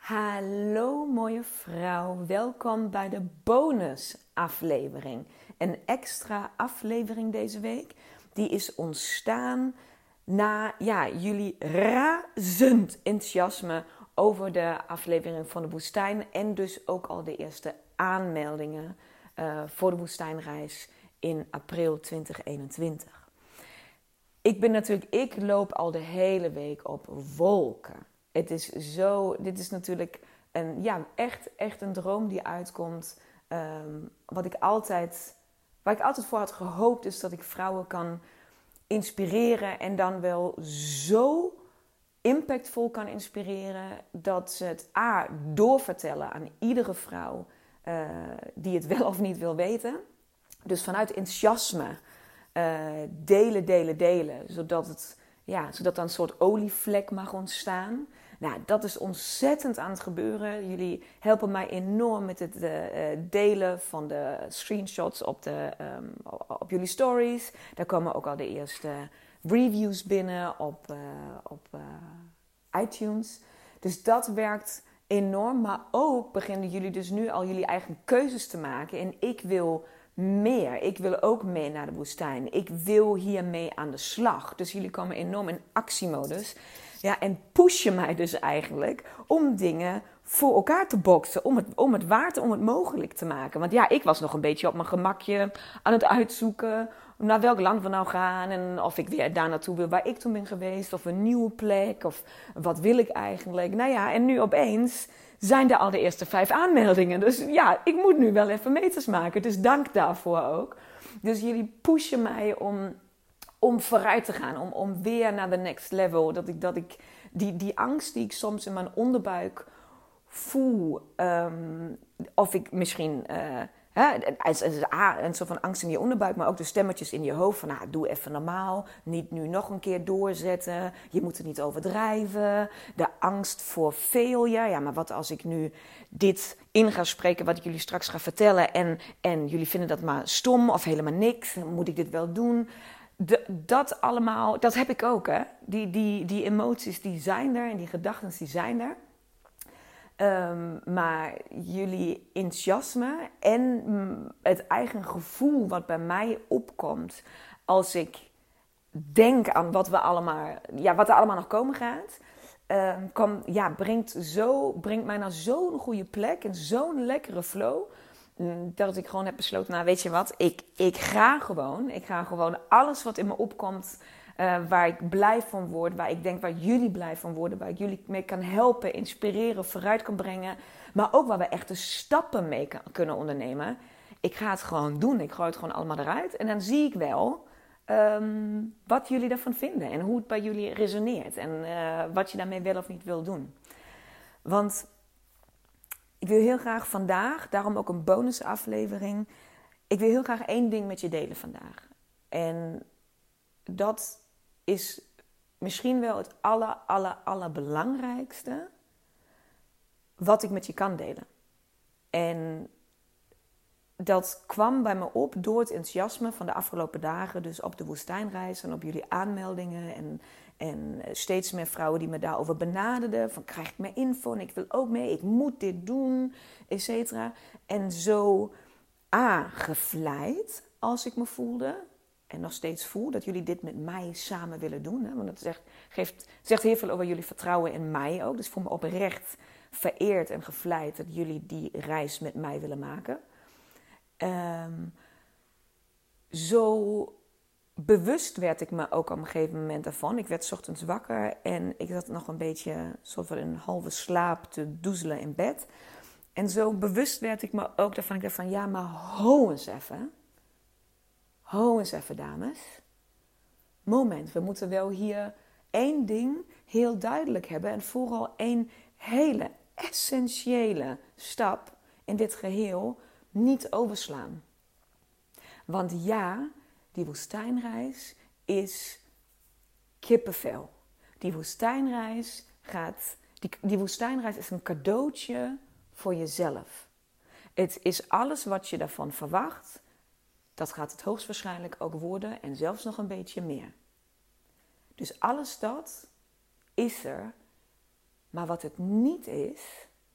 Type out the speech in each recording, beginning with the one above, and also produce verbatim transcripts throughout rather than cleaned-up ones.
Hallo mooie vrouw, welkom bij de bonusaflevering. Een extra aflevering deze week, die is ontstaan na ja, jullie razend enthousiasme over de aflevering van de woestijn. En dus ook al de eerste aanmeldingen uh, voor de woestijnreis in april twintig eenentwintig. Ik ben natuurlijk, ik loop al de hele week op wolken. Het is zo, dit is natuurlijk een, ja, echt, echt een droom die uitkomt. Um, wat ik altijd, waar ik altijd voor had gehoopt, is dat ik vrouwen kan inspireren. En dan wel zo impactvol kan inspireren dat ze het A, doorvertellen aan iedere vrouw uh, die het wel of niet wil weten. Dus vanuit enthousiasme uh, delen, delen, delen. Zodat het, ja, zodat dan een soort olievlek mag ontstaan. Nou, dat is ontzettend aan het gebeuren. Jullie helpen mij enorm met het uh, delen van de screenshots op, de, um, op jullie stories. Daar komen ook al de eerste reviews binnen op, uh, op uh, iTunes. Dus dat werkt enorm. Maar ook beginnen jullie dus nu al jullie eigen keuzes te maken. En ik wil meer. Ik wil ook mee naar de woestijn. Ik wil hiermee aan de slag. Dus jullie komen enorm in actiemodus. Ja, en pushen mij dus eigenlijk om dingen voor elkaar te boksen. Om het, om het waard, om het mogelijk te maken. Want ja, ik was nog een beetje op mijn gemakje aan het uitzoeken naar welk land we nou gaan. En of ik weer daar naartoe wil waar ik toen ben geweest. Of een nieuwe plek. Of wat wil ik eigenlijk. Nou ja, en nu opeens zijn er al de eerste vijf aanmeldingen. Dus ja, ik moet nu wel even meters maken. Dus dank daarvoor ook. Dus jullie pushen mij om... Om vooruit te gaan, om, om weer naar de next level. Dat ik, dat ik die, die angst die ik soms in mijn onderbuik voel. Um, of ik misschien... Uh, hè, een soort van angst in je onderbuik, maar ook de stemmetjes in je hoofd. Van, nou, doe even normaal. Niet nu nog een keer doorzetten. Je moet het niet overdrijven. De angst voor failure. Ja, maar wat als ik nu dit in ga spreken, wat ik jullie straks ga vertellen. En, en jullie vinden dat maar stom of helemaal niks. Moet ik dit wel doen? De, dat allemaal, dat heb ik ook, hè. Die, die, die emoties, die zijn er en die gedachten, die zijn er. Um, maar jullie enthousiasme en mm, het eigen gevoel wat bij mij opkomt als ik denk aan wat, we allemaal, ja, wat er allemaal nog komen gaat, um, kan, ja, brengt, zo, brengt mij naar zo'n goede plek en zo'n lekkere flow. Dat ik gewoon heb besloten, nou weet je wat, ik, ik ga gewoon. Ik ga gewoon alles wat in me opkomt, uh, waar ik blij van word, waar ik denk waar jullie blij van worden, waar ik jullie mee kan helpen, inspireren, vooruit kan brengen. Maar ook waar we echte stappen mee kan, kunnen ondernemen. Ik ga het gewoon doen, ik gooi het gewoon allemaal eruit. En dan zie ik wel um, wat jullie daarvan vinden en hoe het bij jullie resoneert. En uh, wat je daarmee wel of niet wil doen. Want... ik wil heel graag vandaag, daarom ook een bonusaflevering. Ik wil heel graag één ding met je delen vandaag. En dat is misschien wel het aller, aller, allerbelangrijkste wat ik met je kan delen. En dat kwam bij me op door het enthousiasme van de afgelopen dagen. Dus op de woestijnreis en op jullie aanmeldingen. En, en steeds meer vrouwen die me daarover benaderden. Van, krijg ik meer info en ik wil ook mee. Ik moet dit doen, et cetera. En zo aangevleid als ik me voelde. En nog steeds voel dat jullie dit met mij samen willen doen. Hè? Want het zegt, geeft, zegt heel veel over jullie vertrouwen in mij ook. Dus ik voel me oprecht vereerd en gevleid dat jullie die reis met mij willen maken. Um, zo bewust werd ik me ook op een gegeven moment ervan. Ik werd 's ochtends wakker en ik zat nog een beetje soort van een halve slaap te doezelen in bed. En zo bewust werd ik me ook daarvan. Ik dacht van, ja, maar ho eens even. Ho eens even, dames. Moment, we moeten wel hier één ding heel duidelijk hebben. En vooral één hele essentiële stap in dit geheel niet overslaan. Want ja, die woestijnreis is kippenvel. Die woestijnreis gaat, die, die woestijnreis is een cadeautje voor jezelf. Het is alles wat je daarvan verwacht. Dat gaat het hoogstwaarschijnlijk ook worden en zelfs nog een beetje meer. Dus alles dat is er. Maar wat het niet is,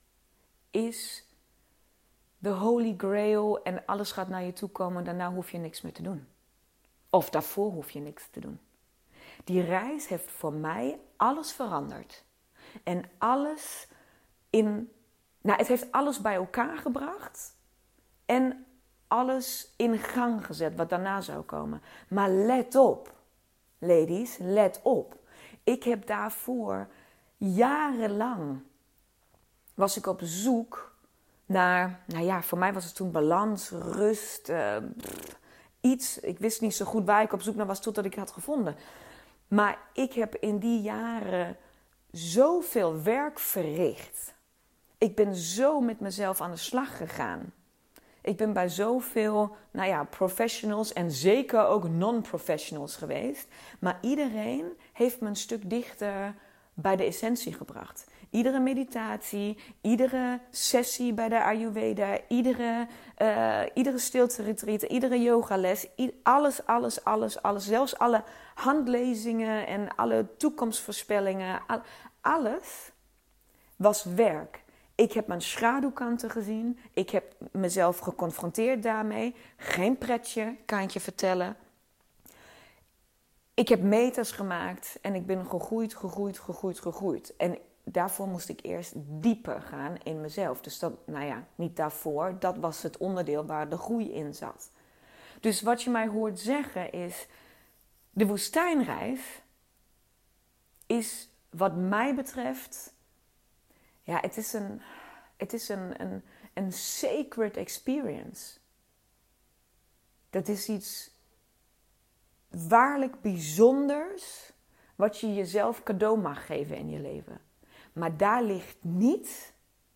is de holy grail en alles gaat naar je toe komen. Daarna hoef je niks meer te doen. Of daarvoor hoef je niks te doen. Die reis heeft voor mij alles veranderd. En alles in... Nou, het heeft alles bij elkaar gebracht. En alles in gang gezet wat daarna zou komen. Maar let op, ladies, let op. Ik heb daarvoor jarenlang... was ik op zoek naar... Nou ja, voor mij was het toen balans, rust... Uh, pff, iets. Ik wist niet zo goed waar ik op zoek naar was totdat ik het had gevonden. Maar ik heb in die jaren zoveel werk verricht. Ik ben zo met mezelf aan de slag gegaan. Ik ben bij zoveel, nou ja, professionals en zeker ook non-professionals geweest. Maar iedereen heeft me een stuk dichter bij de essentie gebracht. Iedere meditatie, iedere sessie bij de Ayurveda, iedere, uh, iedere stilte-retreat, iedere yogales, i- alles, alles, alles, alles. Zelfs alle handlezingen en alle toekomstvoorspellingen, al, alles was werk. Ik heb mijn schaduwkanten gezien. Ik heb mezelf geconfronteerd daarmee. Geen pretje, kan ik je vertellen. Ik heb meters gemaakt en ik ben gegroeid, gegroeid, gegroeid, gegroeid. En daarvoor moest ik eerst dieper gaan in mezelf. Dus dat, nou ja, niet daarvoor. Dat was het onderdeel waar de groei in zat. Dus wat je mij hoort zeggen is... de woestijnreis is wat mij betreft... Ja, het is een, het is een, een, een sacred experience. Dat is iets waarlijk bijzonders wat je jezelf cadeau mag geven in je leven. Maar daar ligt niet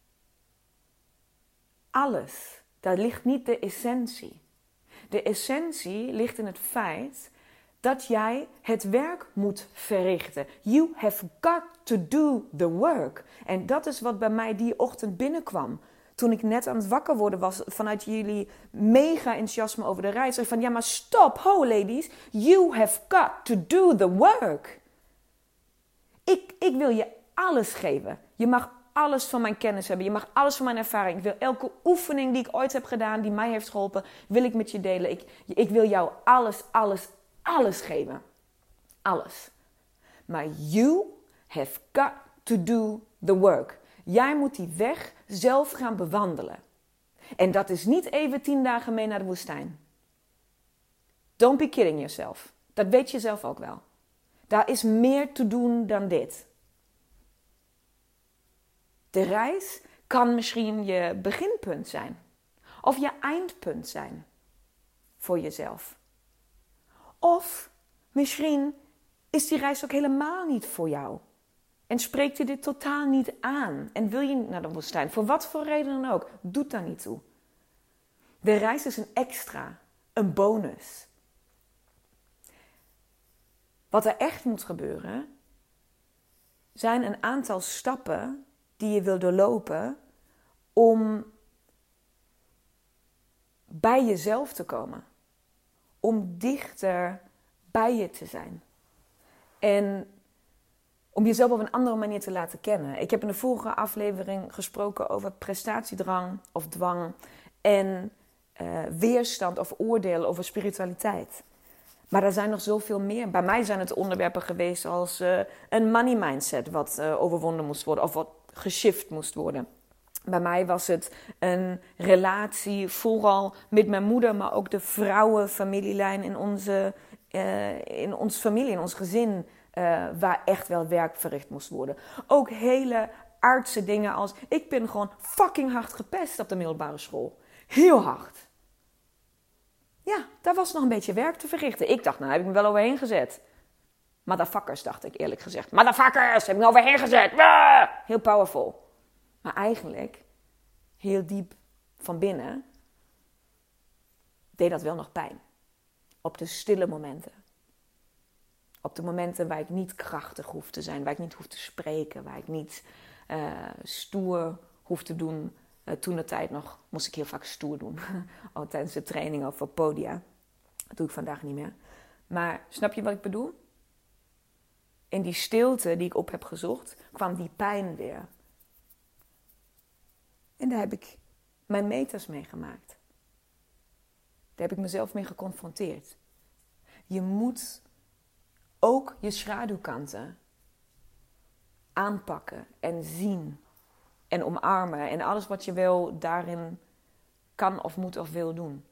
alles. Daar ligt niet de essentie. De essentie ligt in het feit dat jij het werk moet verrichten. You have got to do the work. En dat is wat bij mij die ochtend binnenkwam. Toen ik net aan het wakker worden was vanuit jullie mega enthousiasme over de reis. Van ja, maar stop, ho ladies. You have got to do the work. Ik, ik wil je alles geven. Je mag alles van mijn kennis hebben. Je mag alles van mijn ervaring. Ik wil elke oefening die ik ooit heb gedaan, die mij heeft geholpen, wil ik met je delen. Ik, ik wil jou alles, alles, alles geven. Alles. Maar you have got to do the work. Jij moet die weg zelf gaan bewandelen. En dat is niet even tien dagen mee naar de woestijn. Don't be kidding yourself. Dat weet je zelf ook wel. Daar is meer te doen dan dit. De reis kan misschien je beginpunt zijn. Of je eindpunt zijn. Voor jezelf. Of misschien is die reis ook helemaal niet voor jou. En spreekt je dit totaal niet aan. En wil je niet naar de woestijn. Voor wat voor reden dan ook. Doet daar niet toe. De reis is een extra. Een bonus. Wat er echt moet gebeuren, zijn een aantal stappen die je wil doorlopen om bij jezelf te komen. Om dichter bij je te zijn. En om jezelf op een andere manier te laten kennen. Ik heb in de vorige aflevering gesproken over prestatiedrang of dwang en uh, weerstand of oordeel over spiritualiteit. Maar er zijn nog zoveel meer. Bij mij zijn het onderwerpen geweest als uh, een money mindset wat uh, overwonnen moest worden of wat geshift moest worden. Bij mij was het een relatie vooral met mijn moeder, maar ook de vrouwenfamilielijn in onze, uh, in onze familie, in ons gezin, uh, waar echt wel werk verricht moest worden. Ook hele aardse dingen als, ik ben gewoon fucking hard gepest op de middelbare school. Heel hard. Ja, daar was nog een beetje werk te verrichten. Ik dacht, nou heb ik me wel overheen gezet. Motherfuckers, dacht ik eerlijk gezegd. Motherfuckers, heb ik me overheen gezet. Ah! Heel powerful. Maar eigenlijk, heel diep van binnen, deed dat wel nog pijn. Op de stille momenten. Op de momenten waar ik niet krachtig hoef te zijn. Waar ik niet hoef te spreken. Waar ik niet uh, stoer hoef te doen. Uh, toen de tijd nog moest ik heel vaak stoer doen. Al tijdens de training of op podia. Dat doe ik vandaag niet meer. Maar snap je wat ik bedoel? In die stilte die ik op heb gezocht, kwam die pijn weer. En daar heb ik mijn meters mee gemaakt. Daar heb ik mezelf mee geconfronteerd. Je moet ook je schaduwkanten aanpakken en zien en omarmen. En alles wat je wel daarin kan of moet of wil doen.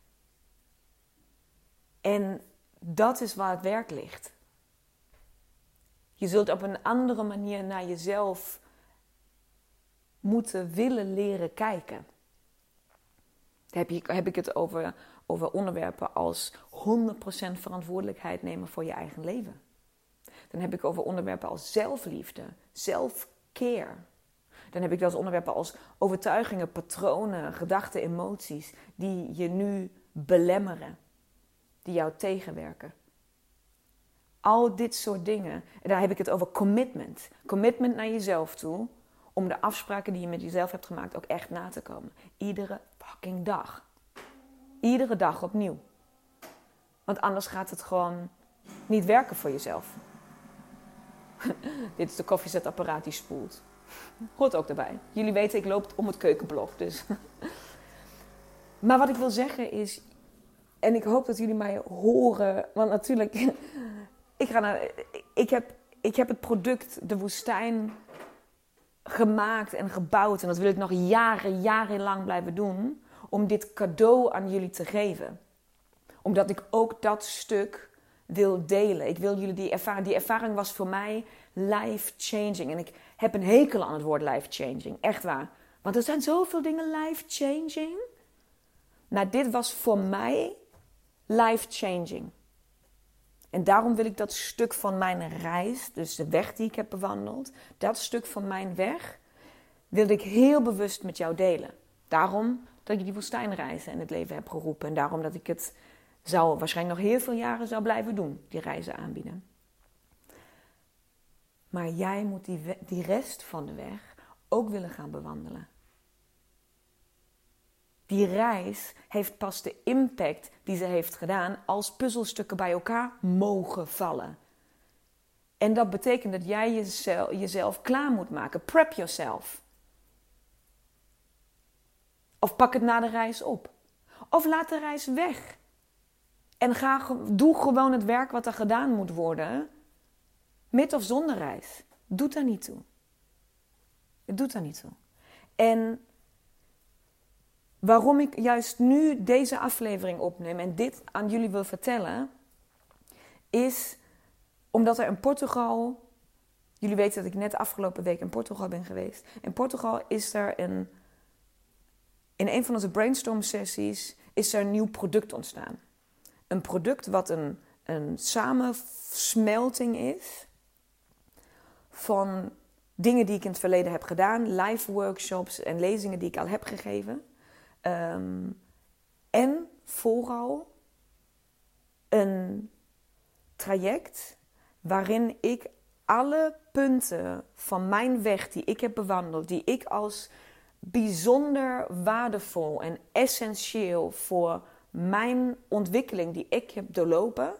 En dat is waar het werk ligt. Je zult op een andere manier naar jezelf moeten willen leren kijken. Dan heb, je, heb ik het over, over onderwerpen als honderd procent verantwoordelijkheid nemen voor je eigen leven. Dan heb ik over onderwerpen als zelfliefde, self-care. Dan heb ik dat onderwerpen als overtuigingen, patronen, gedachten, emoties die je nu belemmeren, die jou tegenwerken. Al dit soort dingen. En daar heb ik het over commitment. Commitment naar jezelf toe. Om de afspraken die je met jezelf hebt gemaakt ook echt na te komen. Iedere fucking dag. Iedere dag opnieuw. Want anders gaat het gewoon niet werken voor jezelf. Dit is de koffiezetapparaat die spoelt. Hoort ook erbij. Jullie weten, ik loop om het keukenblok. Dus. Maar wat ik wil zeggen is... En ik hoop dat jullie mij horen. Want natuurlijk... ik, ga naar, ik, heb, ik heb het product, de woestijn... gemaakt en gebouwd. En dat wil ik nog jaren, jarenlang blijven doen. Om dit cadeau aan jullie te geven. Omdat ik ook dat stuk wil delen. Ik wil jullie die ervaring... Die ervaring was voor mij life-changing. En ik heb een hekel aan het woord life-changing. Echt waar. Want er zijn zoveel dingen life-changing. Nou, dit was voor mij life-changing. En daarom wil ik dat stuk van mijn reis, dus de weg die ik heb bewandeld, dat stuk van mijn weg, wil ik heel bewust met jou delen. Daarom dat ik die woestijnreizen in het leven heb geroepen. En daarom dat ik het zou, waarschijnlijk nog heel veel jaren zou blijven doen, die reizen aanbieden. Maar jij moet die, die rest van de weg ook willen gaan bewandelen. Die reis heeft pas de impact die ze heeft gedaan als puzzelstukken bij elkaar mogen vallen. En dat betekent dat jij jezelf, jezelf klaar moet maken. Prep yourself. Of pak het na de reis op. Of laat de reis weg. En ga, doe gewoon het werk wat er gedaan moet worden. Met of zonder reis. Doet daar niet toe. Het doet daar niet toe. En... waarom ik juist nu deze aflevering opneem en dit aan jullie wil vertellen, is omdat er in Portugal, jullie weten dat ik net afgelopen week in Portugal ben geweest. In Portugal is er een, in een van onze brainstorm sessies, is er een nieuw product ontstaan. Een product wat een, een samensmelting is van dingen die ik in het verleden heb gedaan, live workshops en lezingen die ik al heb gegeven. Um, en vooral een traject waarin ik alle punten van mijn weg die ik heb bewandeld, die ik als bijzonder waardevol en essentieel voor mijn ontwikkeling die ik heb doorlopen,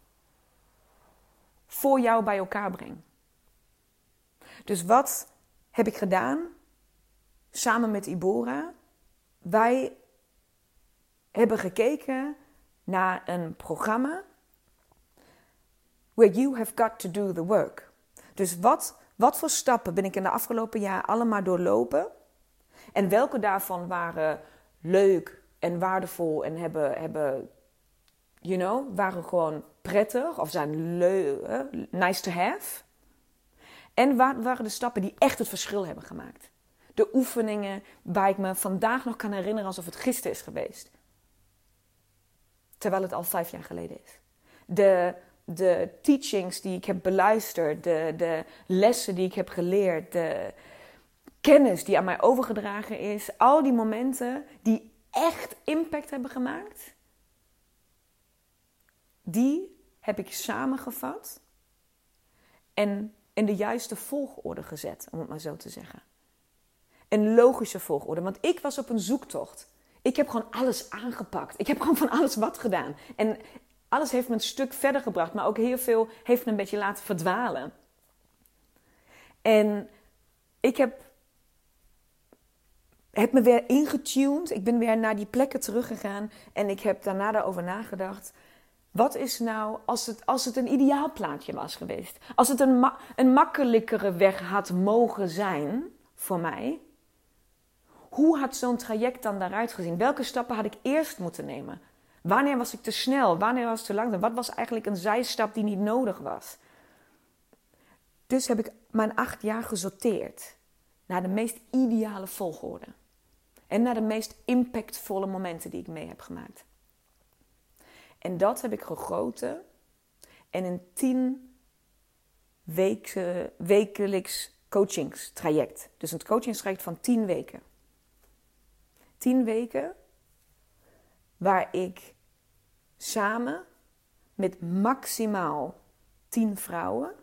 voor jou bij elkaar breng. Dus wat heb ik gedaan samen met Ibora? Wij hebben gekeken naar een programma where you have got to do the work. Dus wat, wat voor stappen ben ik in de afgelopen jaar allemaal doorlopen? En welke daarvan waren leuk en waardevol en hebben, hebben you know, waren gewoon prettig of zijn leuk, nice to have? En wat waren de stappen die echt het verschil hebben gemaakt? De oefeningen waar ik me vandaag nog kan herinneren alsof het gisteren is geweest. Terwijl het al vijf jaar geleden is. De, de teachings die ik heb beluisterd, de, de lessen die ik heb geleerd, de kennis die aan mij overgedragen is. Al die momenten die echt impact hebben gemaakt. Die heb ik samengevat en in de juiste volgorde gezet, om het maar zo te zeggen. Een logische volgorde, want ik was op een zoektocht. Ik heb gewoon alles aangepakt. Ik heb gewoon van alles wat gedaan. En alles heeft me een stuk verder gebracht, maar ook heel veel heeft me een beetje laten verdwalen. En ik heb heb me weer ingetuned. Ik ben weer naar die plekken teruggegaan. En ik heb daarna daarover nagedacht. Wat is nou, als het, als het een ideaal plaatje was geweest? Als het een, ma- een makkelijkere weg had mogen zijn voor mij. Hoe had zo'n traject dan daaruit gezien? Welke stappen had ik eerst moeten nemen? Wanneer was ik te snel? Wanneer was ik te langzaam? Wat was eigenlijk een zijstap die niet nodig was? Dus heb ik mijn acht jaar gesorteerd naar de meest ideale volgorde. En naar de meest impactvolle momenten die ik mee heb gemaakt. En dat heb ik gegoten in een tien weken, wekelijks coachingstraject. Dus een coachingstraject van tien weken. Tien weken waar ik samen met maximaal tien vrouwen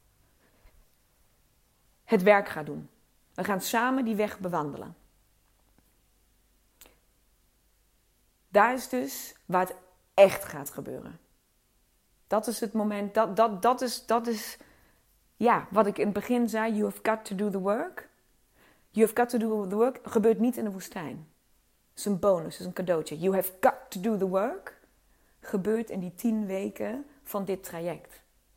het werk ga doen. We gaan samen die weg bewandelen. Daar is dus waar het echt gaat gebeuren. Dat is het moment, dat, dat, dat, is, dat is ja, wat ik in het begin zei. You have got to do the work. You have got to do the work gebeurt niet in de woestijn. Het is een bonus, het is een cadeautje. You have got to do the work gebeurt in die tien weken van dit traject.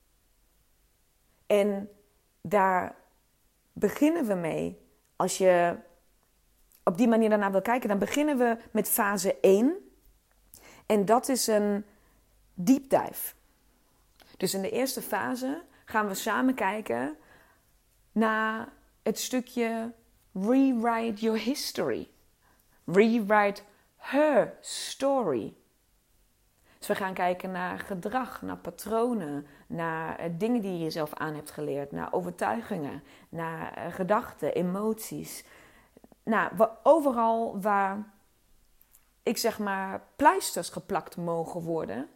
En daar beginnen we mee. Als je op die manier daarna wil kijken, dan beginnen we met fase één. En dat is een deep dive. Dus in de eerste fase gaan we samen kijken naar het stukje rewrite your history. Rewrite her story. Dus we gaan kijken naar gedrag, naar patronen, naar dingen die je jezelf aan hebt geleerd, naar overtuigingen, naar gedachten, emoties. Nou, overal waar ik zeg maar pleisters geplakt mogen worden,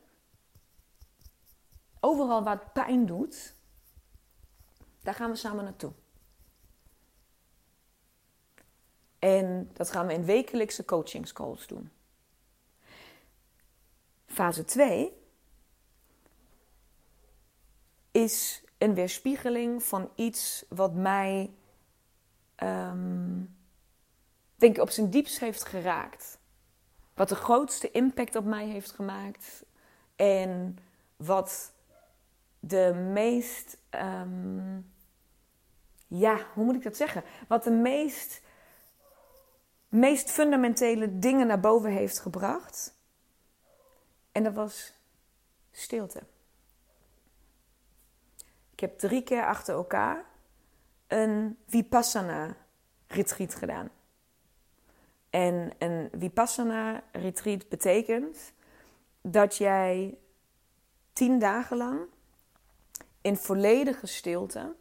overal waar het pijn doet, daar gaan we samen naartoe. En dat gaan we in wekelijkse coachingscalls doen. Fase twee is een weerspiegeling van iets wat mij, um, denk ik, op zijn diepst heeft geraakt. Wat de grootste impact op mij heeft gemaakt. En wat de meest, um, ja, hoe moet ik dat zeggen? Wat de meest, meest fundamentele dingen naar boven heeft gebracht. En dat was stilte. Ik heb drie keer achter elkaar een Vipassana retreat gedaan. En een Vipassana retreat betekent dat jij tien dagen lang in volledige stilte,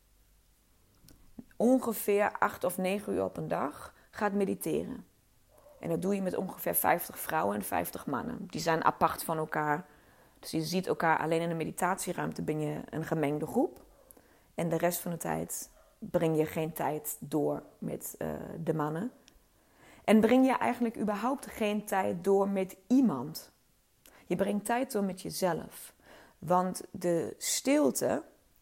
ongeveer acht of negen uur op een dag, gaat mediteren. En dat doe je met ongeveer vijftig vrouwen en vijftig mannen. Die zijn apart van elkaar. Dus je ziet elkaar alleen in de meditatieruimte, ben je een gemengde groep. En de rest van de tijd breng je geen tijd door met uh, de mannen. En breng je eigenlijk überhaupt geen tijd door met iemand. Je brengt tijd door met jezelf. Want de stilte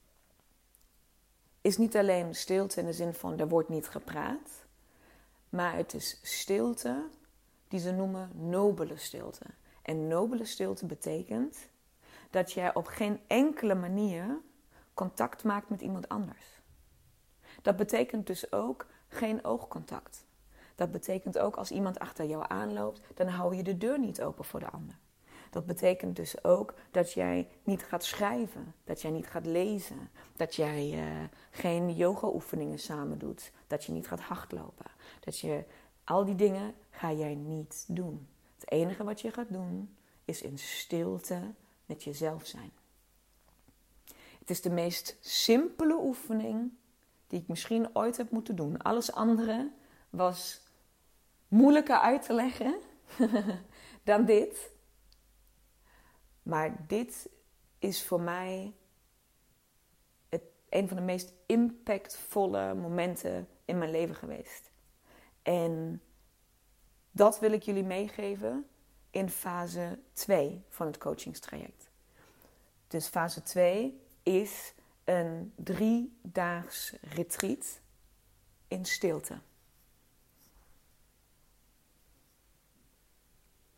is niet alleen stilte in de zin van er wordt niet gepraat. Maar het is stilte die ze noemen nobele stilte. En nobele stilte betekent dat jij op geen enkele manier contact maakt met iemand anders. Dat betekent dus ook geen oogcontact. Dat betekent ook als iemand achter jou aanloopt, dan hou je de deur niet open voor de ander. Dat betekent dus ook dat jij niet gaat schrijven, dat jij niet gaat lezen, dat jij uh, geen yoga-oefeningen samen doet, dat je niet gaat hardlopen. Dat je, al die dingen ga jij niet doen. Het enige wat je gaat doen is in stilte met jezelf zijn. Het is de meest simpele oefening die ik misschien ooit heb moeten doen. Alles andere was moeilijker uit te leggen dan dit. Maar dit is voor mij het, een van de meest impactvolle momenten in mijn leven geweest. En dat wil ik jullie meegeven in fase twee van het coachingstraject. Dus fase twee is een driedaags retreat in stilte.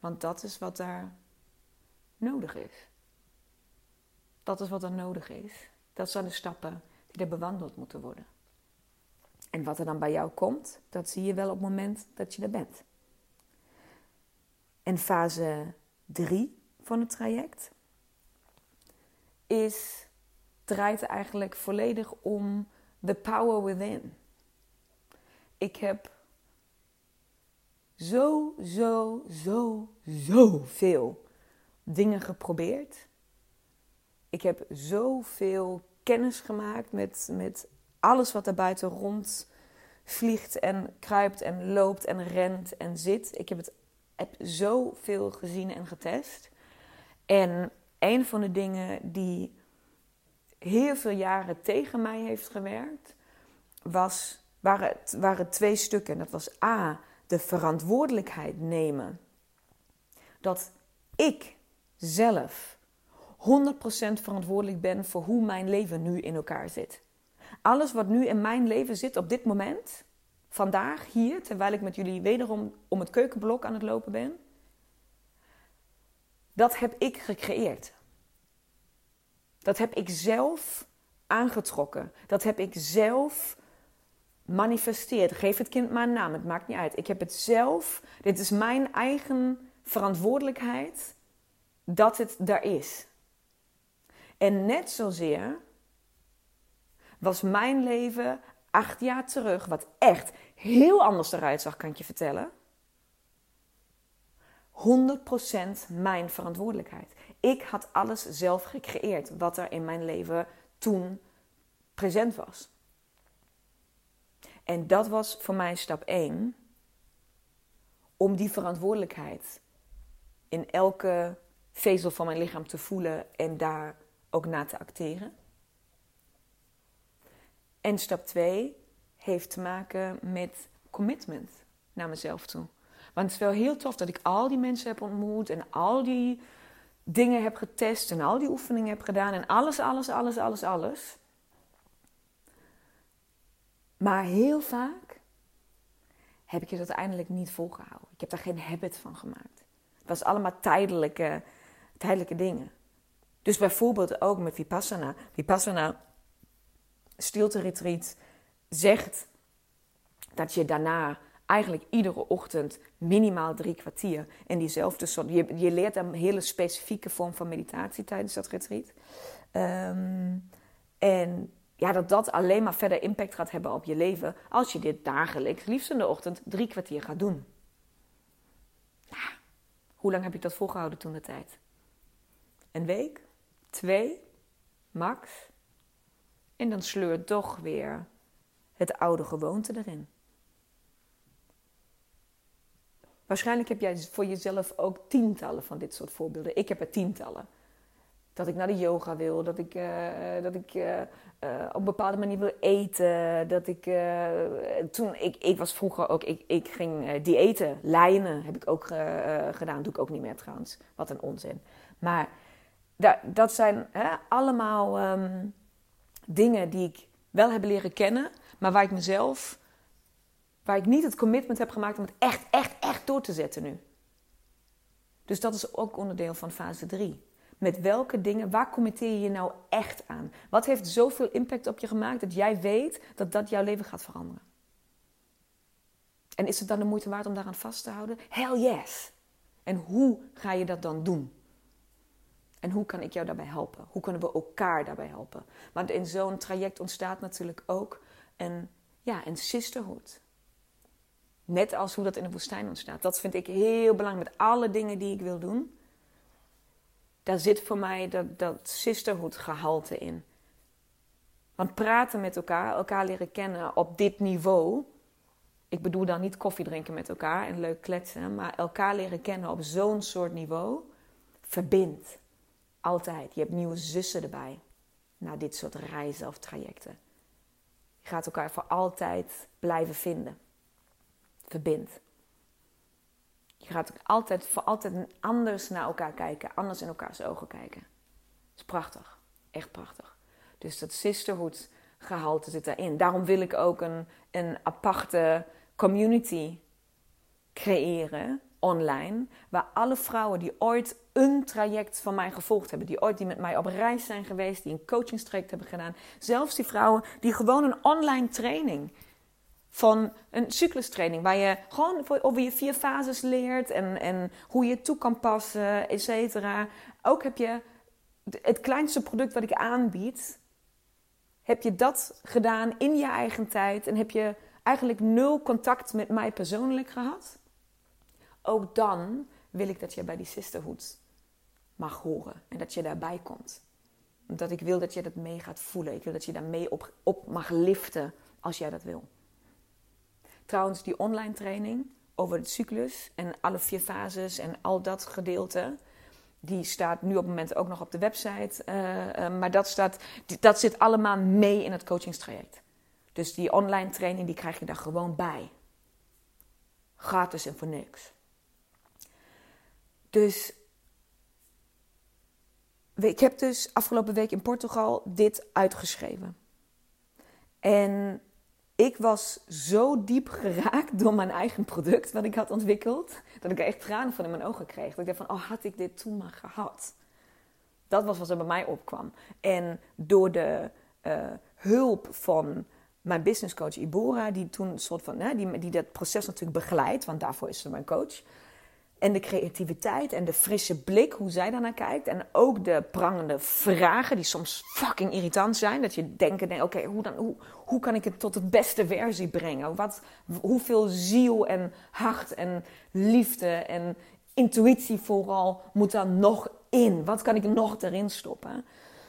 Want dat is wat daar nodig is. Dat is wat er nodig is. Dat zijn de stappen die er bewandeld moeten worden. En wat er dan bij jou komt, dat zie je wel op het moment dat je er bent. En fase drie van het traject is, draait eigenlijk volledig om the power within. Ik heb zo, zo, zo, zo veel dingen geprobeerd. Ik heb zoveel kennis gemaakt met, met alles wat er buiten rond vliegt en kruipt en loopt en rent en zit. Ik heb het heb zoveel gezien en getest. En een van de dingen die heel veel jaren tegen mij heeft gewerkt, was, waren, waren twee stukken. Dat was A, de verantwoordelijkheid nemen. Dat ik zelf honderd procent verantwoordelijk ben voor hoe mijn leven nu in elkaar zit. Alles wat nu in mijn leven zit op dit moment, vandaag hier, terwijl ik met jullie wederom om het keukenblok aan het lopen ben, dat heb ik gecreëerd. Dat heb ik zelf aangetrokken. Dat heb ik zelf manifesteerd. Geef het kind maar een naam, het maakt niet uit. Ik heb het zelf, dit is mijn eigen verantwoordelijkheid dat het daar is. En net zozeer was mijn leven acht jaar terug, wat echt heel anders eruit zag, kan ik je vertellen, honderd procent mijn verantwoordelijkheid. Ik had alles zelf gecreëerd wat er in mijn leven toen present was. En dat was voor mij stap één, om die verantwoordelijkheid in elke vezel van mijn lichaam te voelen en daar ook naar te acteren. En stap twee heeft te maken met commitment naar mezelf toe. Want het is wel heel tof dat ik al die mensen heb ontmoet en al die dingen heb getest en al die oefeningen heb gedaan en alles, alles, alles, alles, alles. Maar heel vaak heb ik het uiteindelijk niet volgehouden. Ik heb daar geen habit van gemaakt. Het was allemaal tijdelijke, tijdelijke dingen. Dus bijvoorbeeld ook met Vipassana. Vipassana, stilte retreat, zegt dat je daarna eigenlijk iedere ochtend minimaal drie kwartier in diezelfde soort... Je, je leert een hele specifieke vorm van meditatie tijdens dat retreat. Um, en ja, dat dat alleen maar verder impact gaat hebben op je leven als je dit dagelijks, liefst in de ochtend, drie kwartier gaat doen. Nou, hoe lang heb ik dat volgehouden toen de tijd? Een week? Twee? Max? En dan sleurt toch weer het oude gewoonte erin. Waarschijnlijk heb jij voor jezelf ook tientallen van dit soort voorbeelden. Ik heb er tientallen. Dat ik naar de yoga wil, dat ik, uh, dat ik uh, uh, op een bepaalde manier wil eten. Dat ik, uh, toen, ik, ik was vroeger ook, ik, ik ging uh, diëten, lijnen heb ik ook uh, gedaan. Doe ik ook niet meer trouwens. Wat een onzin. Maar da, dat zijn hè, allemaal um, dingen die ik wel heb leren kennen. Maar waar ik mezelf, waar ik niet het commitment heb gemaakt om het echt, echt, echt door te zetten nu. Dus dat is ook onderdeel van fase drie. Met welke dingen, waar committeer je je nou echt aan? Wat heeft zoveel impact op je gemaakt dat jij weet dat dat jouw leven gaat veranderen? En is het dan de moeite waard om daaraan vast te houden? Hell yes! En hoe ga je dat dan doen? En hoe kan ik jou daarbij helpen? Hoe kunnen we elkaar daarbij helpen? Want in zo'n traject ontstaat natuurlijk ook een, ja, een sisterhood. Net als hoe dat in de woestijn ontstaat. Dat vind ik heel belangrijk met alle dingen die ik wil doen. Daar zit voor mij dat, dat sisterhood gehalte in. Want praten met elkaar, elkaar leren kennen op dit niveau. Ik bedoel dan niet koffie drinken met elkaar en leuk kletsen. Maar elkaar leren kennen op zo'n soort niveau verbindt. Altijd. Je hebt nieuwe zussen erbij. Na dit soort reizen of trajecten. Je gaat elkaar voor altijd blijven vinden. Verbindt. Je gaat altijd, voor altijd anders naar elkaar kijken. Anders in elkaars ogen kijken. Dat is prachtig. Echt prachtig. Dus dat sisterhood gehalte zit daarin. Daarom wil ik ook een, een aparte community creëren. online, waar alle vrouwen die ooit een traject van mij gevolgd hebben, die ooit die met mij op reis zijn geweest, die een coachingstraject hebben gedaan, zelfs die vrouwen die gewoon een online training van een cyclustraining, waar je gewoon over je vier fases leert en, en hoe je het toe kan passen, et cetera. Ook heb je het kleinste product wat ik aanbied, heb je dat gedaan in je eigen tijd en heb je eigenlijk nul contact met mij persoonlijk gehad. Ook dan wil ik dat je bij die sisterhood mag horen en dat je daarbij komt. Omdat ik wil dat je dat mee gaat voelen. Ik wil dat je daar mee op, op mag liften als jij dat wil. Trouwens, die online training over de cyclus en alle vier fases en al dat gedeelte, die staat nu op het moment ook nog op de website. Uh, uh, maar dat, staat, dat zit allemaal mee in het coachingstraject. Dus die online training, die krijg je daar gewoon bij. Gratis en voor niks. Dus ik heb dus afgelopen week in Portugal dit uitgeschreven. En ik was zo diep geraakt door mijn eigen product wat ik had ontwikkeld, dat ik er echt tranen van in mijn ogen kreeg. Dat ik dacht van, oh, had ik dit toen maar gehad. Dat was wat er bij mij opkwam. En door de uh, hulp van mijn businesscoach Ibora, die toen een soort van, hè, die, die dat proces natuurlijk begeleidt, want daarvoor is ze mijn coach. En de creativiteit en de frisse blik, hoe zij daarnaar kijkt. En ook de prangende vragen, die soms fucking irritant zijn. Dat je denkt, oké, okay, hoe, dan, hoe, hoe kan ik het tot de beste versie brengen? Wat, hoeveel ziel en hart en liefde en intuïtie vooral moet daar nog in? Wat kan ik nog erin stoppen?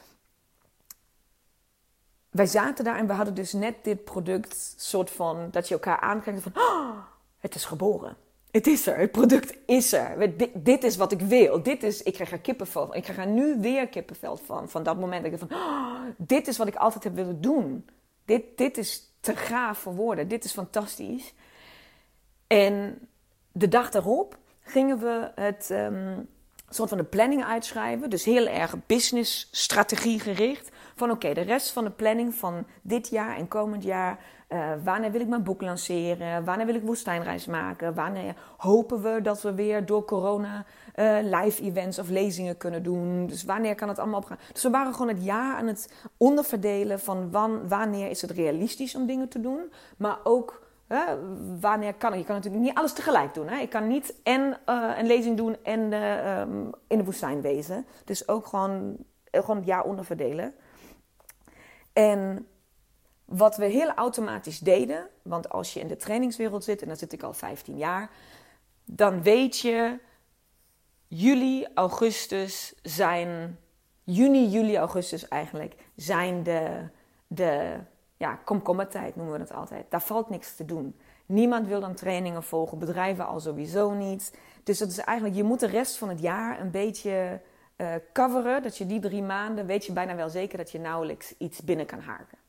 Wij zaten daar en we hadden dus net dit product, soort van, dat je elkaar aankijkt van, oh, het is geboren. Het is er, het product is er. Dit, dit is wat ik wil. Dit is, ik krijg er kippenvel van. Ik krijg er nu weer kippenvel van. Van dat moment dat ik van, oh, dit is wat ik altijd heb willen doen. Dit, dit is te gaaf voor woorden. Dit is fantastisch. En de dag daarop gingen we het um, soort van de planning uitschrijven. Dus heel erg business strategie gericht. Van oké, okay, de rest van de planning van dit jaar en komend jaar. Uh, wanneer wil ik mijn boek lanceren? Wanneer wil ik woestijnreis maken? Wanneer hopen we dat we weer door corona uh, live events of lezingen kunnen doen? Dus wanneer kan het allemaal opgaan? Dus we waren gewoon het jaar aan het onderverdelen van wan, wanneer is het realistisch om dingen te doen. Maar ook uh, wanneer kan ik? Je kan natuurlijk niet alles tegelijk doen. Hè? Ik kan niet en uh, een lezing doen en uh, um, in de woestijn wezen. Dus ook gewoon, uh, gewoon het jaar onderverdelen. En wat we heel automatisch deden, want als je in de trainingswereld zit, en daar zit ik al vijftien jaar, dan weet je, juli, augustus zijn, juni, juli, augustus eigenlijk, zijn de, de ja, komkommertijd noemen we het altijd. Daar valt niks te doen. Niemand wil dan trainingen volgen, bedrijven al sowieso niet. Dus dat is eigenlijk, je moet de rest van het jaar een beetje uh, coveren, dat je die drie maanden, weet je bijna wel zeker dat je nauwelijks iets binnen kan haken.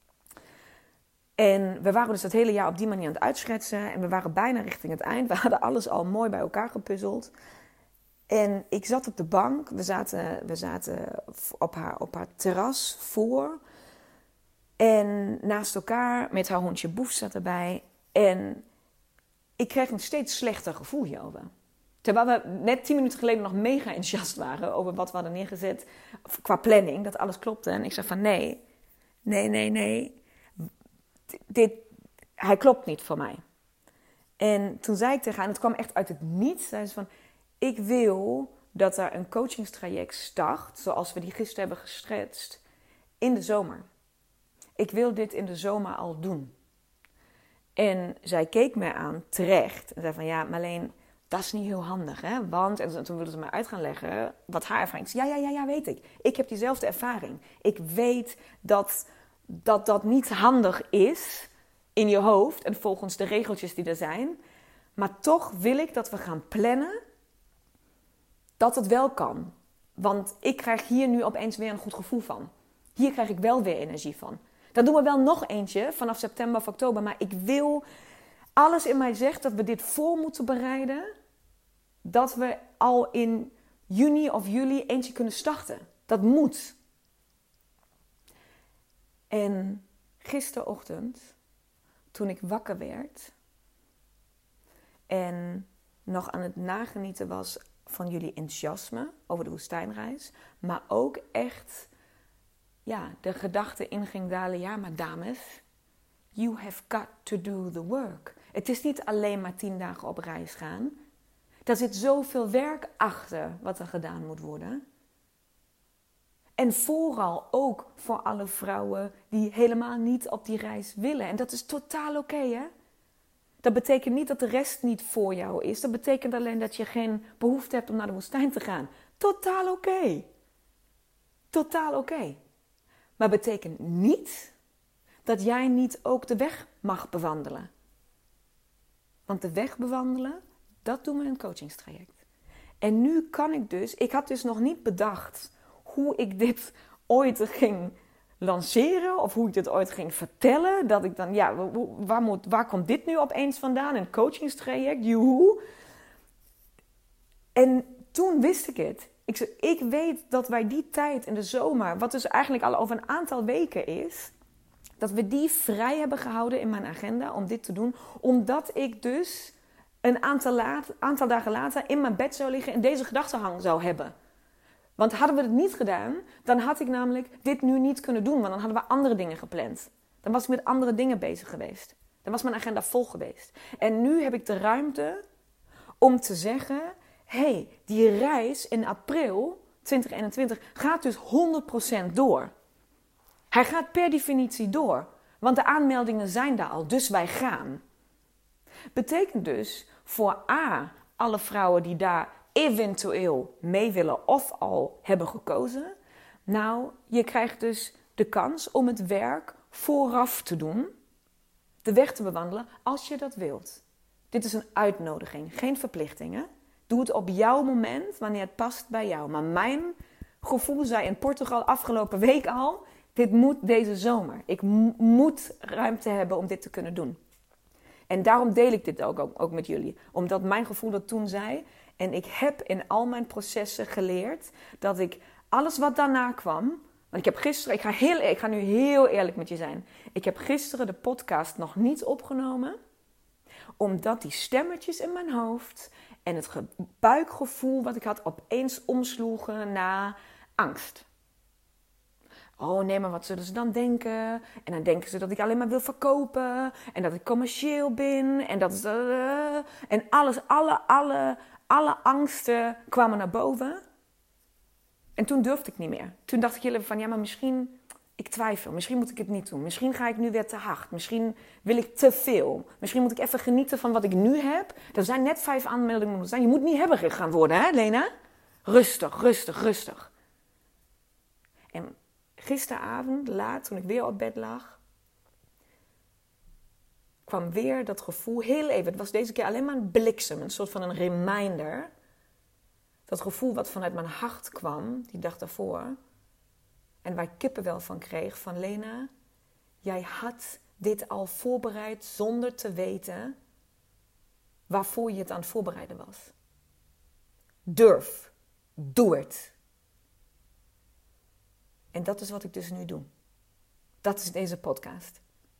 En we waren dus dat hele jaar op die manier aan het uitschetsen. En we waren bijna richting het eind. We hadden alles al mooi bij elkaar gepuzzeld. En ik zat op de bank. We zaten, we zaten op, haar, op haar terras voor. En naast elkaar met haar hondje Boef zat erbij. En ik kreeg een steeds slechter gevoel hierover. Terwijl we net tien minuten geleden nog mega enthousiast waren over wat we hadden neergezet. Qua planning, dat alles klopte. En ik zei van nee, nee, nee, nee. Dit, hij klopt niet voor mij. En toen zei ik tegen haar, en het kwam echt uit het niets, zei ze van, ik wil dat er een coachingstraject start, zoals we die gisteren hebben geschetst, in de zomer. Ik wil dit in de zomer al doen. En zij keek mij aan, terecht, en zei van, ja, Marleen, dat is niet heel handig, hè? Want, en toen wilde ze mij uit gaan leggen wat haar ervaring is. Ja, ja, ja, ja, weet ik. Ik heb diezelfde ervaring. Ik weet dat dat dat niet handig is in je hoofd en volgens de regeltjes die er zijn. Maar toch wil ik dat we gaan plannen dat het wel kan. Want ik krijg hier nu opeens weer een goed gevoel van. Hier krijg ik wel weer energie van. Dan doen we wel nog eentje vanaf september of oktober. Maar ik wil, alles in mij zegt dat we dit voor moeten bereiden. Dat we al in juni of juli eentje kunnen starten. Dat moet. En gisterochtend, toen ik wakker werd en nog aan het nagenieten was van jullie enthousiasme over de woestijnreis. Maar ook echt ja, de gedachte in ging dalen. Ja, maar dames, you have got to do the work. Het is niet alleen maar tien dagen op reis gaan. Daar zit zoveel werk achter wat er gedaan moet worden. En vooral ook voor alle vrouwen die helemaal niet op die reis willen. En dat is totaal oké, hè? Dat betekent niet dat de rest niet voor jou is. Dat betekent alleen dat je geen behoefte hebt om naar de woestijn te gaan. Totaal oké. Totaal oké. Maar betekent niet dat jij niet ook de weg mag bewandelen. Want de weg bewandelen, dat doen we in een coachingstraject. En nu kan ik dus, ik had dus nog niet bedacht hoe ik dit ooit ging lanceren of hoe ik dit ooit ging vertellen. Dat ik dan, ja, waar, moet, waar komt dit nu opeens vandaan? Een coachingstraject, joehoe. En toen wist ik het. Ik, zei, ik weet dat wij die tijd in de zomer, wat dus eigenlijk al over een aantal weken is, dat we die vrij hebben gehouden in mijn agenda om dit te doen. Omdat ik dus een aantal, laat, aantal dagen later in mijn bed zou liggen en deze gedachtenhang zou hebben. Want hadden we het niet gedaan, dan had ik namelijk dit nu niet kunnen doen. Want dan hadden we andere dingen gepland. Dan was ik met andere dingen bezig geweest. Dan was mijn agenda vol geweest. En nu heb ik de ruimte om te zeggen, hé, hey, die reis in april twintig eenentwintig gaat dus honderd procent door. Hij gaat per definitie door. Want de aanmeldingen zijn daar al, dus wij gaan. Betekent dus voor A, alle vrouwen die daar eventueel mee willen of al hebben gekozen. Nou, je krijgt dus de kans om het werk vooraf te doen. De weg te bewandelen als je dat wilt. Dit is een uitnodiging, geen verplichting. Hè? Doe het op jouw moment, wanneer het past bij jou. Maar mijn gevoel zei in Portugal afgelopen week al, dit moet deze zomer. Ik m- moet ruimte hebben om dit te kunnen doen. En daarom deel ik dit ook, ook, ook met jullie. Omdat mijn gevoel dat toen zei. En ik heb in al mijn processen geleerd dat ik alles wat daarna kwam. Want ik heb gisteren, ik ga, heel, ik ga nu heel eerlijk met je zijn. Ik heb gisteren de podcast nog niet opgenomen. Omdat die stemmetjes in mijn hoofd en het ge- buikgevoel wat ik had opeens omsloegen naar angst. Oh nee, maar wat zullen ze dan denken? En dan denken ze dat ik alleen maar wil verkopen. En dat ik commercieel ben. En dat is... Uh, en alles, alle, alle, alle angsten kwamen naar boven. En toen durfde ik niet meer. Toen dacht ik heel even van, ja, maar misschien... Ik twijfel. Misschien moet ik het niet doen. Misschien ga ik nu weer te hard. Misschien wil ik te veel. Misschien moet ik even genieten van wat ik nu heb. Er zijn net vijf aanmeldingen. Je moet niet hebberig gaan worden, hè, Lena? Rustig, rustig, rustig. En... gisteravond, laat, toen ik weer op bed lag, kwam weer dat gevoel, heel even. Het was deze keer alleen maar een bliksem, een soort van een reminder. Dat gevoel wat vanuit mijn hart kwam, die dag daarvoor. En waar ik kippenvel van kreeg, van Lena, jij had dit al voorbereid zonder te weten waarvoor je het aan het voorbereiden was. Durf, doe het. En dat is wat ik dus nu doe. Dat is deze podcast.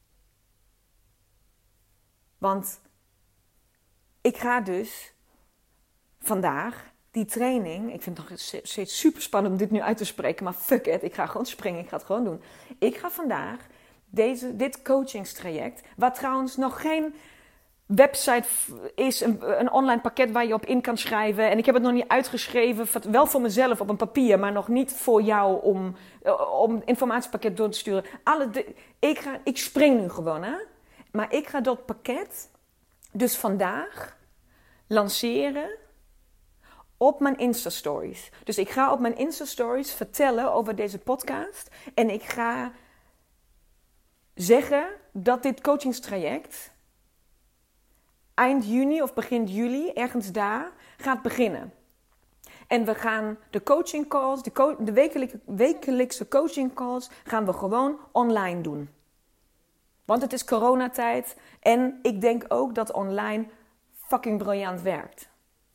Want ik ga dus vandaag die training... Ik vind het nog steeds super spannend om dit nu uit te spreken. Maar fuck it, ik ga gewoon springen. Ik ga het gewoon doen. Ik ga vandaag deze, dit coachingstraject... Wat trouwens nog geen website is, een, een online pakket waar je op in kan schrijven. En ik heb het nog niet uitgeschreven, wel voor mezelf op een papier, maar nog niet voor jou om, om een informatiepakket door te sturen. Alle de, ik, ga, ik spring nu gewoon, hè. Maar ik ga dat pakket dus vandaag lanceren op mijn Insta-stories. Dus ik ga op mijn Insta-stories vertellen over deze podcast. En ik ga zeggen dat dit coachingstraject eind juni of begin juli, ergens daar, gaat beginnen. En we gaan de coaching calls, de, co- de wekelijkse, wekelijkse coaching calls, gaan we gewoon online doen. Want het is coronatijd en ik denk ook dat online fucking briljant werkt.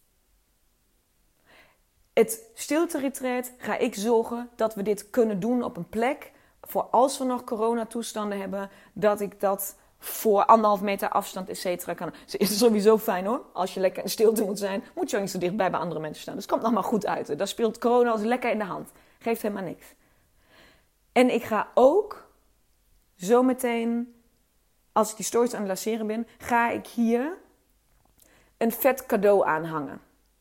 Het stilte-retreat ga ik zorgen dat we dit kunnen doen op een plek, voor als we nog coronatoestanden hebben, dat ik dat voor anderhalf meter afstand, et cetera. Kan, is het sowieso fijn hoor. Als je lekker in stilte moet zijn, moet je ook niet zo dichtbij bij andere mensen staan. Dus het komt allemaal goed uit. Daar speelt corona als lekker in de hand. Geeft helemaal niks. En ik ga ook zometeen, als ik die stories aan het lanceren ben, ga ik hier een vet cadeau aanhangen.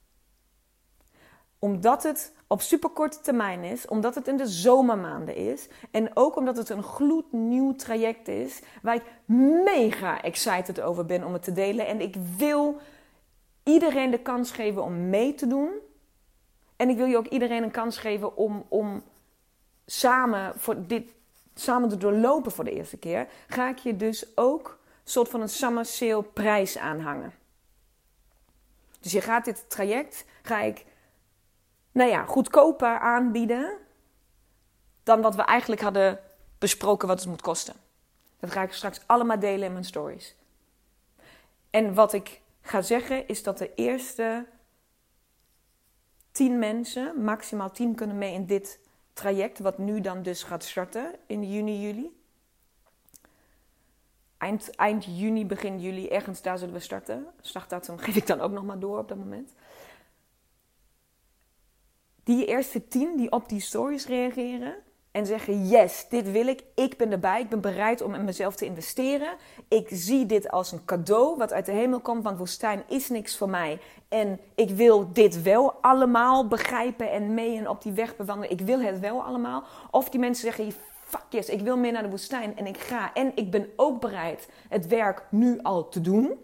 Omdat het op superkorte termijn is, omdat het in de zomermaanden is en ook omdat het een gloednieuw traject is waar ik mega excited over ben om het te delen. En ik wil iedereen de kans geven om mee te doen. En ik wil je ook iedereen een kans geven om, om samen, voor dit, samen te doorlopen voor de eerste keer. Ga ik je dus ook een soort van een summer sale prijs aanhangen. Dus je gaat dit traject, ga ik, nou ja, goedkoper aanbieden dan wat we eigenlijk hadden besproken wat het moet kosten. Dat ga ik straks allemaal delen in mijn stories. En wat ik ga zeggen is dat de eerste tien mensen, maximaal tien kunnen mee in dit traject, wat nu dan dus gaat starten in juni, juli. Eind, eind juni, begin juli, ergens daar zullen we starten. Startdatum geef ik dan ook nog maar door op dat moment. Die eerste tien die op die stories reageren en zeggen, yes, dit wil ik, ik ben erbij, ik ben bereid om in mezelf te investeren. Ik zie dit als een cadeau wat uit de hemel komt, want woestijn is niks voor mij. En ik wil dit wel allemaal begrijpen en mee en op die weg bewandelen. Ik wil het wel allemaal. Of die mensen zeggen, fuck yes, ik wil meer naar de woestijn en ik ga. En ik ben ook bereid het werk nu al te doen.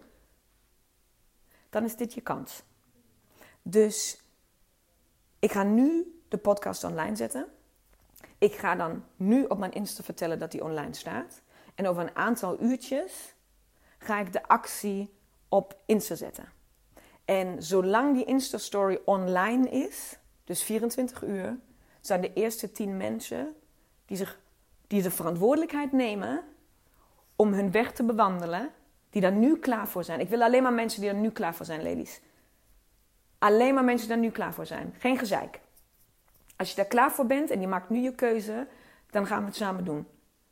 Dan is dit je kans. Dus ik ga nu de podcast online zetten. Ik ga dan nu op mijn Insta vertellen dat die online staat. En over een aantal uurtjes ga ik de actie op Insta zetten. En zolang die Insta-story online is, dus vierentwintig uur, zijn de eerste tien mensen die, zich, die de verantwoordelijkheid nemen om hun weg te bewandelen, die daar nu klaar voor zijn. Ik wil alleen maar mensen die er nu klaar voor zijn, ladies. Alleen maar mensen die daar nu klaar voor zijn. Geen gezeik. Als je daar klaar voor bent en je maakt nu je keuze, dan gaan we het samen doen.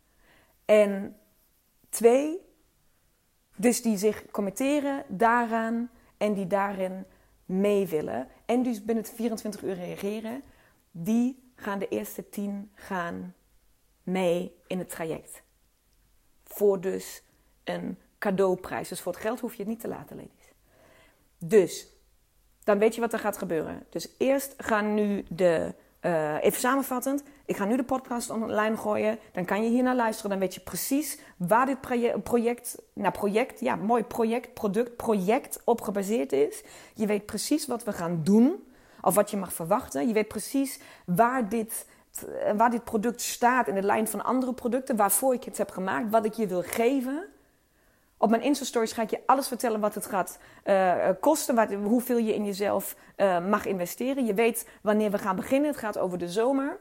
En twee, dus die zich committeren daaraan en die daarin mee willen. En dus binnen vierentwintig uur reageren, die gaan de eerste tien gaan mee in het traject. Voor dus een cadeauprijs. Dus voor het geld hoef je het niet te laten, ladies. Dus, dan weet je wat er gaat gebeuren. Dus eerst gaan nu de... Uh, even samenvattend, ik ga nu de podcast online gooien. Dan kan je hier naar luisteren. Dan weet je precies waar dit project, project, nou project, ja, mooi project, product, project op gebaseerd is. Je weet precies wat we gaan doen, of wat je mag verwachten. Je weet precies waar dit, waar dit product staat in de lijn van andere producten, waarvoor ik het heb gemaakt, wat ik je wil geven. Op mijn Insta-stories ga ik je alles vertellen wat het gaat uh, kosten, wat, hoeveel je in jezelf uh, mag investeren. Je weet wanneer we gaan beginnen. Het gaat over de zomer.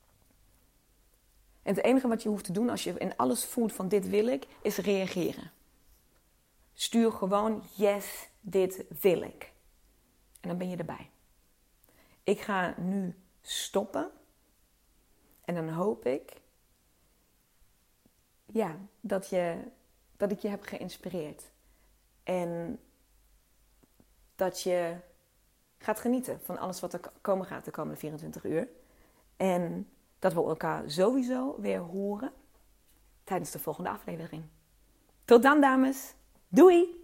En het enige wat je hoeft te doen als je in alles voelt van dit wil ik, is reageren. Stuur gewoon yes, dit wil ik. En dan ben je erbij. Ik ga nu stoppen. En dan hoop ik ja, dat je... dat ik je heb geïnspireerd. En dat je gaat genieten van alles wat er komen gaat de komende vierentwintig uur. En dat we elkaar sowieso weer horen tijdens de volgende aflevering. Tot dan, dames. Doei!